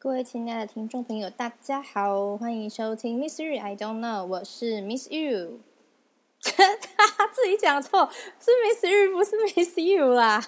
各位亲爱的听众朋友，大家好，欢迎收听 Miss You I Don't Know， 我是 Miss You。自己讲错，是 Miss You， 不是 Miss You 啦。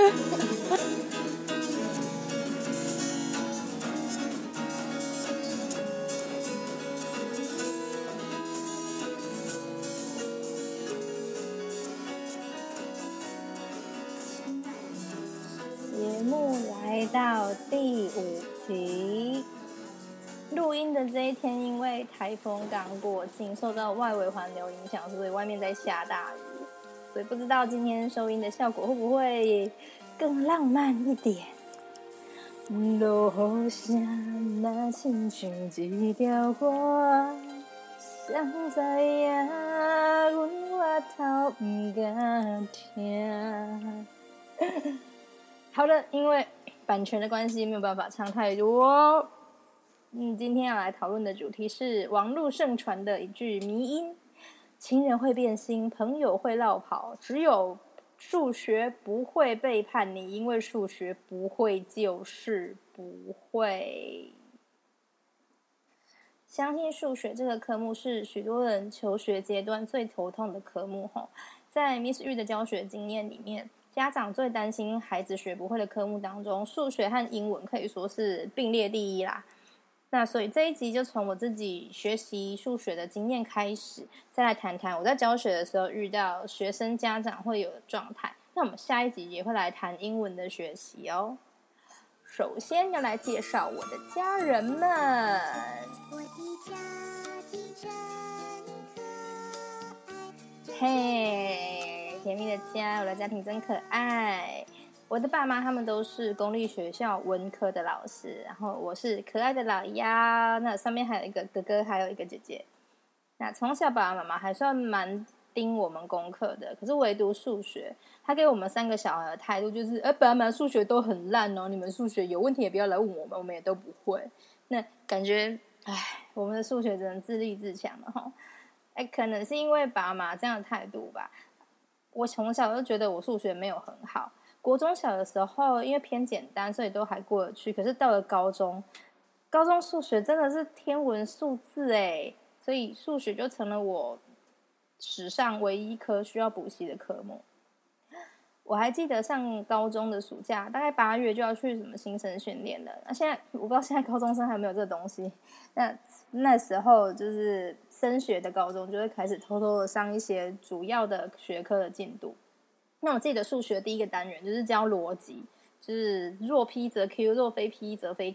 节目来到第5集。录音的这一天，因为台风刚过境，受到外围环流影响，所以外面在下大雨，所以不知道今天收音的效果会不会更浪漫一点。落下那亲像一条歌，谁知影阮额头不敢听。好了，因为版权的关系，没有办法唱太多。今天要来讨论的主题是网络盛传的一句迷因：情人会变心，朋友会落跑，只有数学不会背叛你，因为数学不会就是不会。相信数学这个科目是许多人求学阶段最头痛的科目。在 Miss Yu 的教学经验里面，家长最担心孩子学不会的科目当中，数学和英文可以说是并列第一啦。那所以这一集就从我自己学习数学的经验开始，再来谈谈我在教学的时候遇到学生家长会有的状态。那我们下一集也会来谈英文的学习哦。首先要来介绍我的家人们。我的家庭真可爱。嘿，甜蜜的家，我的家庭真可爱。我的爸妈他们都是公立学校文科的老师，然后我是可爱的老幺，那上面还有一个哥哥，还有一个姐姐。那从小爸爸妈妈还算蛮盯我们功课的，可是唯独数学，他给我们3个小孩的态度就是，爸妈数学都很烂哦，你们数学有问题也不要来问我们，我们也都不会。那感觉，我们的数学只能自立自强了哈。可能是因为爸妈这样的态度吧，我从小就觉得我数学没有很好。国中小的时候，因为偏简单，所以都还过得去。可是到了高中数学真的是天文数字所以数学就成了我史上唯一一科需要补习的科目。我还记得上高中的暑假，大概8月就要去什么新生训练了。那现在我不知道现在高中生还有没有这个东西。那时候就是升学的高中就会开始偷偷的上一些主要的学科的进度。那我记得数学第一个单元就是教逻辑，就是若 P 则 Q， 若非 P 则非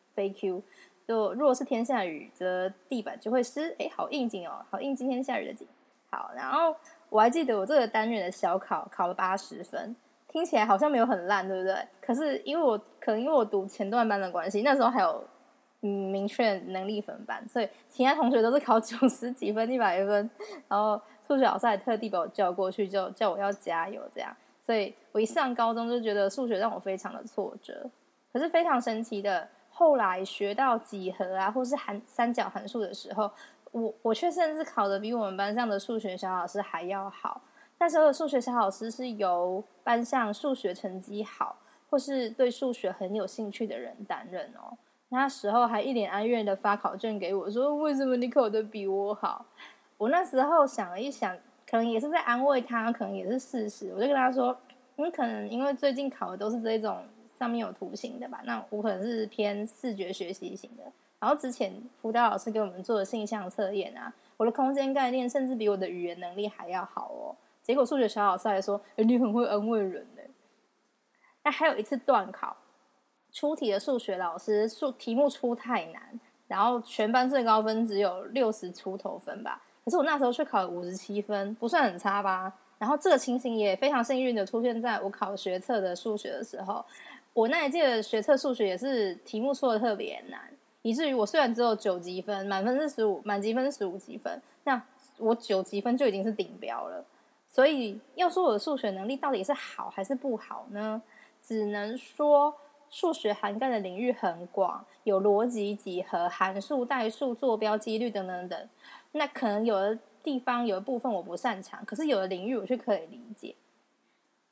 Q， 就若是天下雨则地板就会湿。好应景哦，好应今天下雨的景。好，然后我还记得我这个单元的小考考了80分，听起来好像没有很烂，对不对？可是因为我读前段班的关系，那时候还有明确能力分班，所以其他同学都是考90几分、100分，然后数学老师还特地把我叫过去，就叫我要加油这样。所以我一上高中就觉得数学让我非常的挫折。可是非常神奇的，后来学到几何啊，或是三角函数的时候，我却甚至考得比我们班上的数学小老师还要好。那时候的数学小老师是由班上数学成绩好或是对数学很有兴趣的人担任哦。那时候还一脸哀怨的发考卷给我，说为什么你考得比我好？我那时候想了一想，可能也是在安慰他，可能也是事实。我就跟他说，可能因为最近考的都是这种上面有图形的吧，那我可能是偏视觉学习型的。然后之前辅导老师给我们做的性向测验啊，我的空间概念甚至比我的语言能力还要好哦。结果数学小老师还说，你很会安慰人呢。那还有一次段考，出题的数学老师题目出太难，然后全班最高分只有60出头分吧，可是我那时候却考了57分，不算很差吧。然后这个情形也非常幸运的出现在我考学测的数学的时候，我那一届的学测数学也是题目出的特别难，以至于我虽然只有9级分，满分是15，满级分是15级分，那我9级分就已经是顶标了。所以要说我的数学能力到底是好还是不好呢？只能说数学涵盖的领域很广，有逻辑、几何、函数、代数、坐标、几率等等等。那可能有的地方有的部分我不擅长，可是有的领域我却可以理解。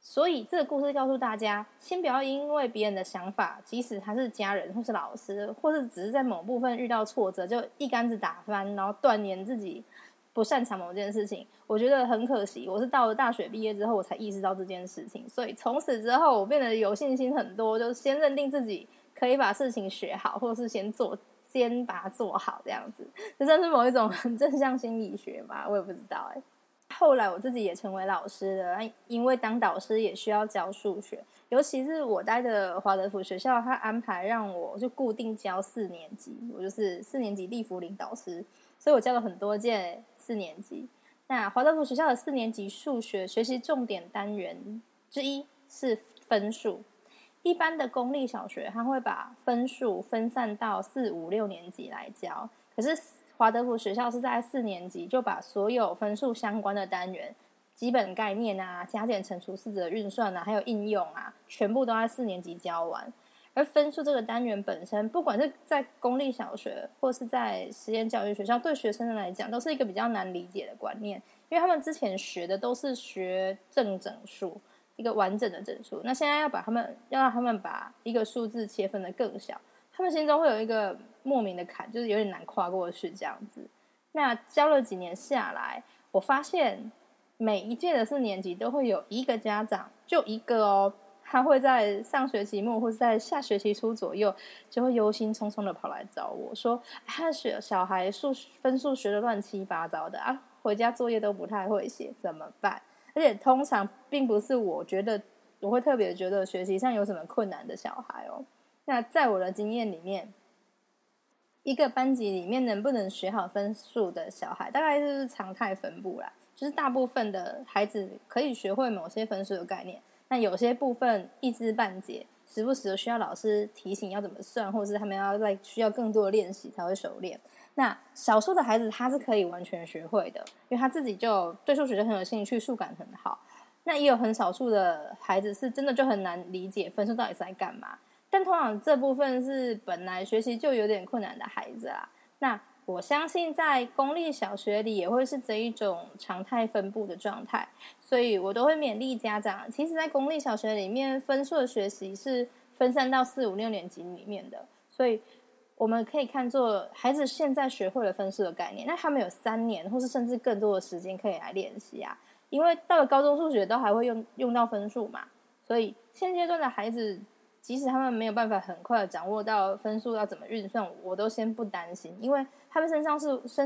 所以这个故事告诉大家，先不要因为别人的想法，即使他是家人或是老师，或是只是在某部分遇到挫折，就一竿子打翻，然后断言自己不擅长某件事情。我觉得很可惜，我是到了大学毕业之后，我才意识到这件事情。所以从此之后，我变得有信心很多，就先认定自己可以把事情学好，或者是先把它做好，这样子。这算是某一种很正向心理学吧，我也不知道后来我自己也成为老师了，因为当导师也需要教数学，尤其是我待的华德福学校，他安排让我就固定教4年级，我就是4年级立福领导师，所以我教了很多届4年级。那华德福学校的4年级数学学习重点单元之一是分数，一般的公立小学他会把分数分散到4、5、6年级来教，可是华德福学校是在4年级就把所有分数相关的单元，基本概念啊、加减乘除式子的运算啊，还有应用啊，全部都在4年级教完。而分数这个单元本身，不管是在公立小学或是在实验教育学校，对学生来讲都是一个比较难理解的观念，因为他们之前学的都是学正整数，一个完整的整数，那现在要让他们把一个数字切分的更小，他们心中会有一个莫名的坎，就是有点难跨过去这样子。那教了几年下来，我发现每一届的4年级都会有一个家长，就一个哦，他会在上学期末或者在下学期初左右，就会忧心忡忡的跑来找我说，他小孩分数学的乱七八糟的啊，回家作业都不太会写，怎么办？而且通常并不是我会特别觉得学习上有什么困难的小孩哦。那在我的经验里面，一个班级里面能不能学好分数的小孩，大概就是常态分布啦，就是大部分的孩子可以学会某些分数的概念，那有些部分一知半解，时不时的需要老师提醒要怎么算，或者是他们要需要更多的练习才会熟练。那少数的孩子他是可以完全学会的，因为他自己就对数学就很有兴趣，数感很好。那也有很少数的孩子是真的就很难理解分数到底是在干嘛，但通常这部分是本来学习就有点困难的孩子啦。那我相信在公立小学里也会是这一种常态分布的状态，所以我都会勉励家长，其实在公立小学里面分数的学习是分散到4、5、6年级里面的，所以我们可以看作孩子现在学会了分数的概念，那他们有3年或是甚至更多的时间可以来练习啊，因为到了高中数学都还会用到分数嘛，所以现阶段的孩子即使他们没有办法很快的掌握到分数要怎么运算，我都先不担心，因为他们升上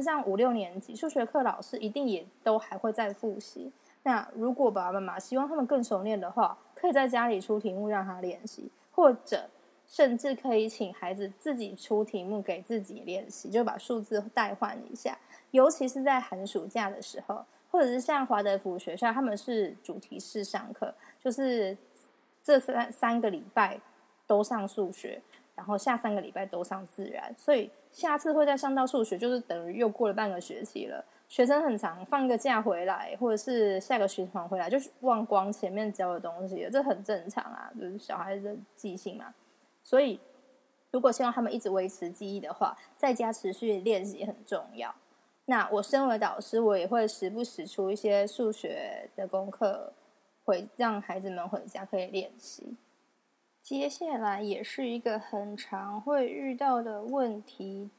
5、6年级，数学课老师一定也都还会再复习。那如果爸爸妈妈希望他们更熟练的话，可以在家里出题目让他练习，或者甚至可以请孩子自己出题目给自己练习，就把数字代换一下，尤其是在寒暑假的时候，或者是像华德福学校他们是主题式上课，就是这三个礼拜都上数学，然后下3个礼拜都上自然，所以下次会再上到数学，就是等于又过了半个学期了。学生很常放个假回来，或者是下个学团回来，就忘光前面教的东西了，这很正常啊，就是小孩子的记性嘛。所以如果希望他们一直维持记忆的话，在家持续练习很重要。那我身为导师，我也会时不时出一些数学的功课，让孩子们回家可以练习。接下来也是一个很常会遇到的问题，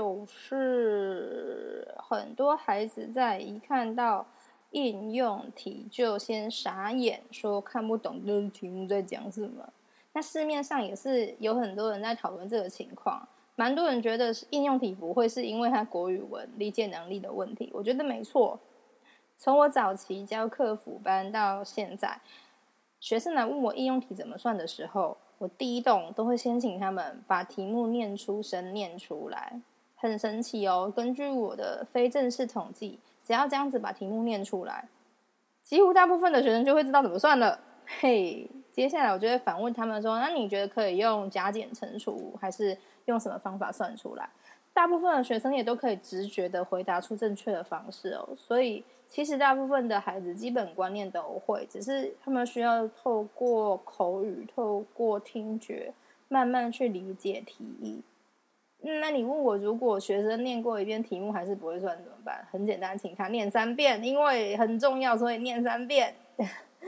就是很多孩子在一看到应用题就先傻眼，说看不懂这个题目在讲什么。那市面上也是有很多人在讨论这个情况，蛮多人觉得应用题不会是因为他国语文理解能力的问题，我觉得没错。从我早期教课辅班到现在，学生来问我应用题怎么算的时候，我第一动都会先请他们把题目念出声念出来。很神奇哦，根据我的非正式统计，只要这样子把题目念出来，几乎大部分的学生就会知道怎么算了。嘿，接下来我就会反问他们说，那你觉得可以用加减乘除还是用什么方法算出来？大部分的学生也都可以直觉的回答出正确的方式哦，所以其实大部分的孩子基本观念都会，只是他们需要透过口语、透过听觉慢慢去理解题意。那你问我，如果学生念过一遍题目还是不会算怎么办？很简单，请他念3遍，因为很重要，所以念3遍。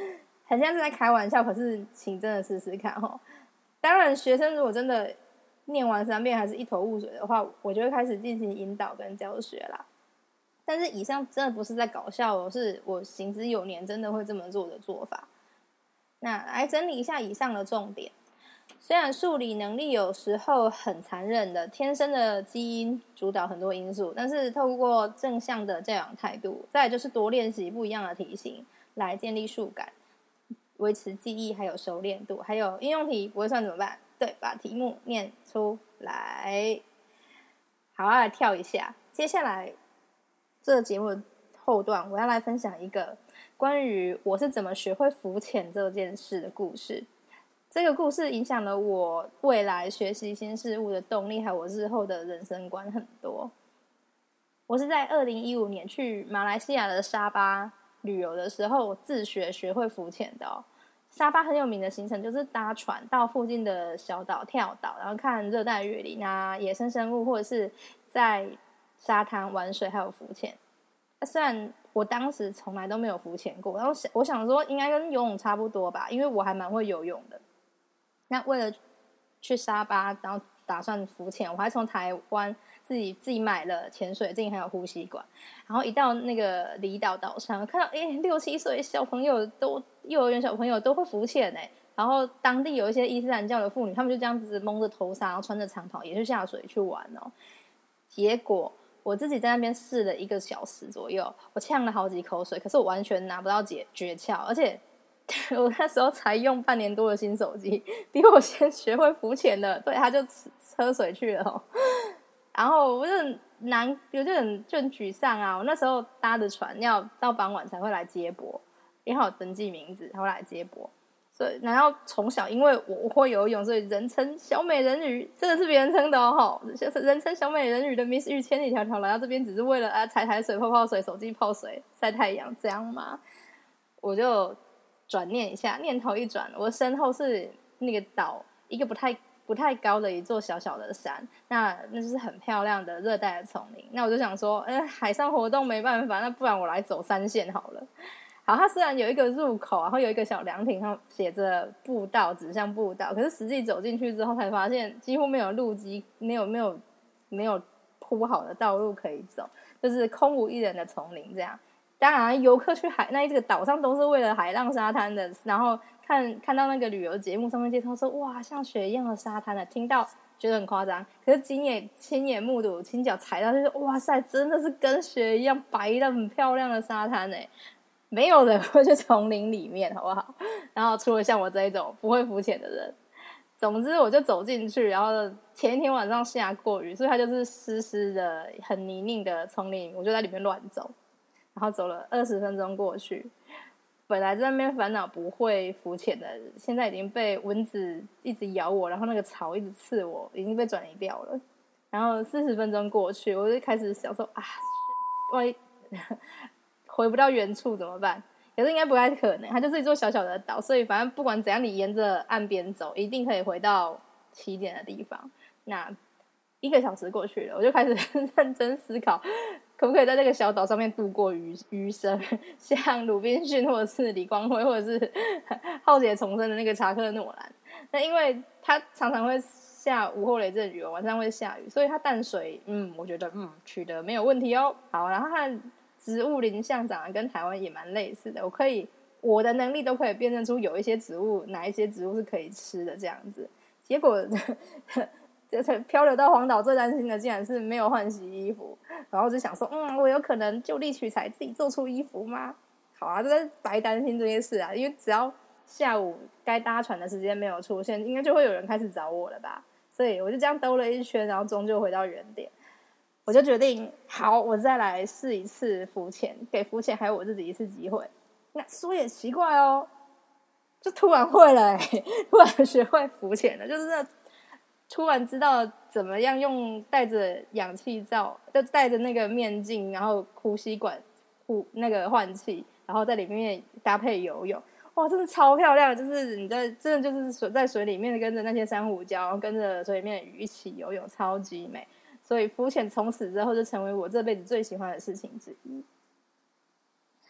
很像是在开玩笑，可是请真的试试看哦。当然，学生如果真的念完3遍还是一头雾水的话，我就会开始进行引导跟教学啦。但是以上真的不是在搞笑，是我行之有年真的会这么做的做法。那来整理一下以上的重点。虽然数理能力有时候很残忍的，天生的基因主导很多因素，但是透过正向的教养态度，再来就是多练习不一样的题型，来建立数感，维持记忆，还有熟练度，还有应用题不会算怎么办？对，把题目念出来。好，来跳一下，接下来这个节目的后段，我要来分享一个关于我是怎么学会浮潜这件事的故事。这个故事影响了我未来学习新事物的动力，还有我日后的人生观很多。我是在2015年去马来西亚的沙巴旅游的时候，自学会浮潜的哦。沙巴很有名的行程就是搭船到附近的小岛跳岛，然后看热带雨林啊、野生生物，或者是在沙滩玩水还有浮潜。虽然我当时从来都没有浮潜过，然后我想说应该跟游泳差不多吧，因为我还蛮会游泳的。那为了去沙巴，然后打算浮潜，我还从台湾自己买了潜水镜还有呼吸管，然后一到那个离岛岛上，看到6、7岁小朋友都幼儿园小朋友都会浮潜然后当地有一些伊斯兰教的妇女，他们就这样子蒙着头纱，然后穿着长袍也去下水去玩哦。结果我自己在那边试了1个小时左右，我呛了好几口水，可是我完全拿不到诀窍，而且我那时候才用半年多的新手机，比我先学会浮潜的，对，他就喝水去了哦。然后我就很沮丧啊！我那时候搭的船要到傍晚才会来接驳，因为我登记名字才会来接驳。所以，然后从小因为我会游泳，所以人称小美人鱼，真的是别人称的哦，人称小美人鱼的 Miss 玉千里迢迢来到这边，只是为了踩水、泡水、手机泡水、晒太阳，这样吗？我就转念一下，念头一转，我身后是那个岛，一个不太高的一座小小的山，那就是很漂亮的热带的丛林。那我就想说，海上活动没办法，那不然我来走山线好了。好，它虽然有一个入口，然后有一个小凉亭，上写着步道，指向步道，可是实际走进去之后才发现，几乎没有路基，没有铺好的道路可以走，就是空无一人的丛林这样。当然，游客去这个岛上都是为了海浪沙滩的，然后看到那个旅游节目上面介绍说，哇，像雪一样的沙滩听到觉得很夸张，可是亲眼目睹、亲脚踩到，就是哇塞，真的是跟雪一样白的很漂亮的沙滩没有人会去丛林里面，好不好？然后除了像我这一种不会浮潜的人，总之我就走进去，然后前一天晚上下过雨，所以它就是湿湿的、很泥泞的丛林，我就在里面乱走。然后走了20分钟过去，本来在那边烦恼不会浮潜的，现在已经被蚊子一直咬我，然后那个草一直刺我，已经被转移掉了。然后40分钟过去，我就开始想说万一回不到原处怎么办？可是应该不太可能，它就是一座小小的岛，所以反正不管怎样，你沿着岸边走，一定可以回到起点的地方。那1个小时过去了，我就开始认真思考，可不可以在这个小岛上面度过余生，像鲁滨逊或者是李光辉，或者是浩劫重生的那个查克诺兰。那因为他常常会下午后雷阵雨，晚上会下雨，所以它淡水我觉得取得没有问题哦。好，然后它的植物林相长得跟台湾也蛮类似的，我的能力都可以辨认出有一些植物哪一些植物是可以吃的这样子。结果漂流到黄岛最担心的竟然是没有换洗衣服，然后就想说我有可能就地取材自己做出衣服吗？好啊，这是白担心这些事啊，因为只要下午该搭船的时间没有出现，应该就会有人开始找我了吧。所以我就这样兜了一圈，然后终究回到原点。我就决定好，我再来试一次浮潜，给浮潜还有我自己一次机会。那说也奇怪哦，就突然会了突然学会浮潜了，就是突然知道怎么样用带着氧气罩，就带着那个面镜，然后呼吸管那个换气，然后在里面搭配游泳，哇，真的超漂亮！就是你真的就是在水里面跟着那些珊瑚礁，然后跟着水里面的鱼一起游泳，超级美。所以浮潜从此之后就成为我这辈子最喜欢的事情之一。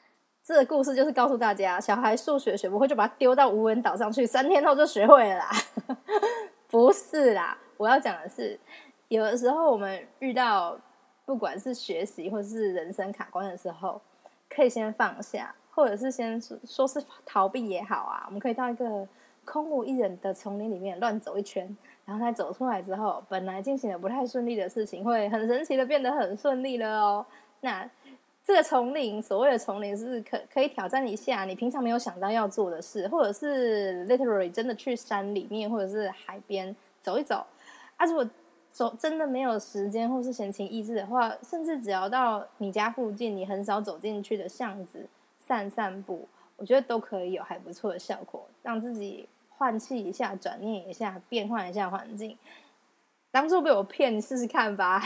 这个故事就是告诉大家，小孩数学学不会就把他丢到无人岛上去，3天后就学会了啦。不是啦，我要讲的是，有的时候我们遇到不管是学习或是人生卡关的时候，可以先放下，或者是先说是逃避也好啊，我们可以到一个空无一人的丛林里面乱走一圈，然后再走出来之后，本来进行的不太顺利的事情会很神奇的变得很顺利了哦。那这个丛林，所谓的丛林是可以挑战一下你平常没有想到要做的事，或者是 literally 真的去山里面或者是海边走一走啊。如果真的没有时间或是闲情逸致的话，甚至只要到你家附近你很少走进去的巷子散散步，我觉得都可以有还不错的效果，让自己换气一下，转念一下，变换一下环境。当初被我骗，你试试看吧。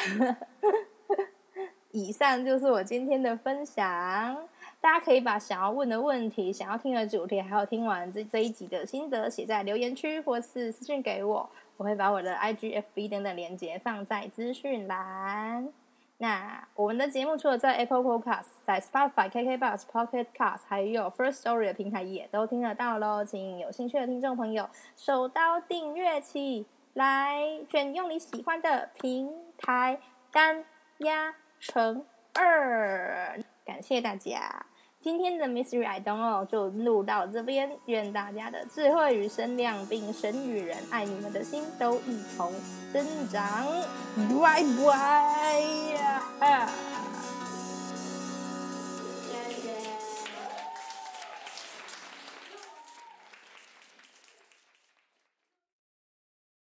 以上就是我今天的分享，大家可以把想要问的问题、想要听的主题，还有听完这一集的心得写在留言区或是私讯给我，我会把我的 IG、FB 等等连结放在资讯栏。那我们的节目除了在 Apple Podcast、在 Spotify、KKBOX、Pocket Cast 还有 First Story 的平台也都听得到咯，请有兴趣的听众朋友手刀订阅起来，选用你喜欢的平台单压乘2，感谢大家。今天的 Mystery I Don't Know 就录到这边，愿大家的智慧与声量并神与人爱你们的心都一同增长。拜拜。